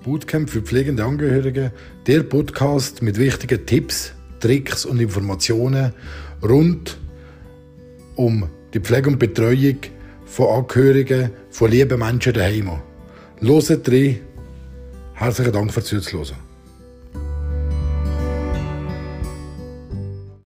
Bootcamp für pflegende Angehörige, der Podcast mit wichtigen Tipps, Tricks und Informationen rund um die Pflege und Betreuung von Angehörigen, von lieben Menschen daheim. Hört rein. Herzlichen Dank fürs Zuhören.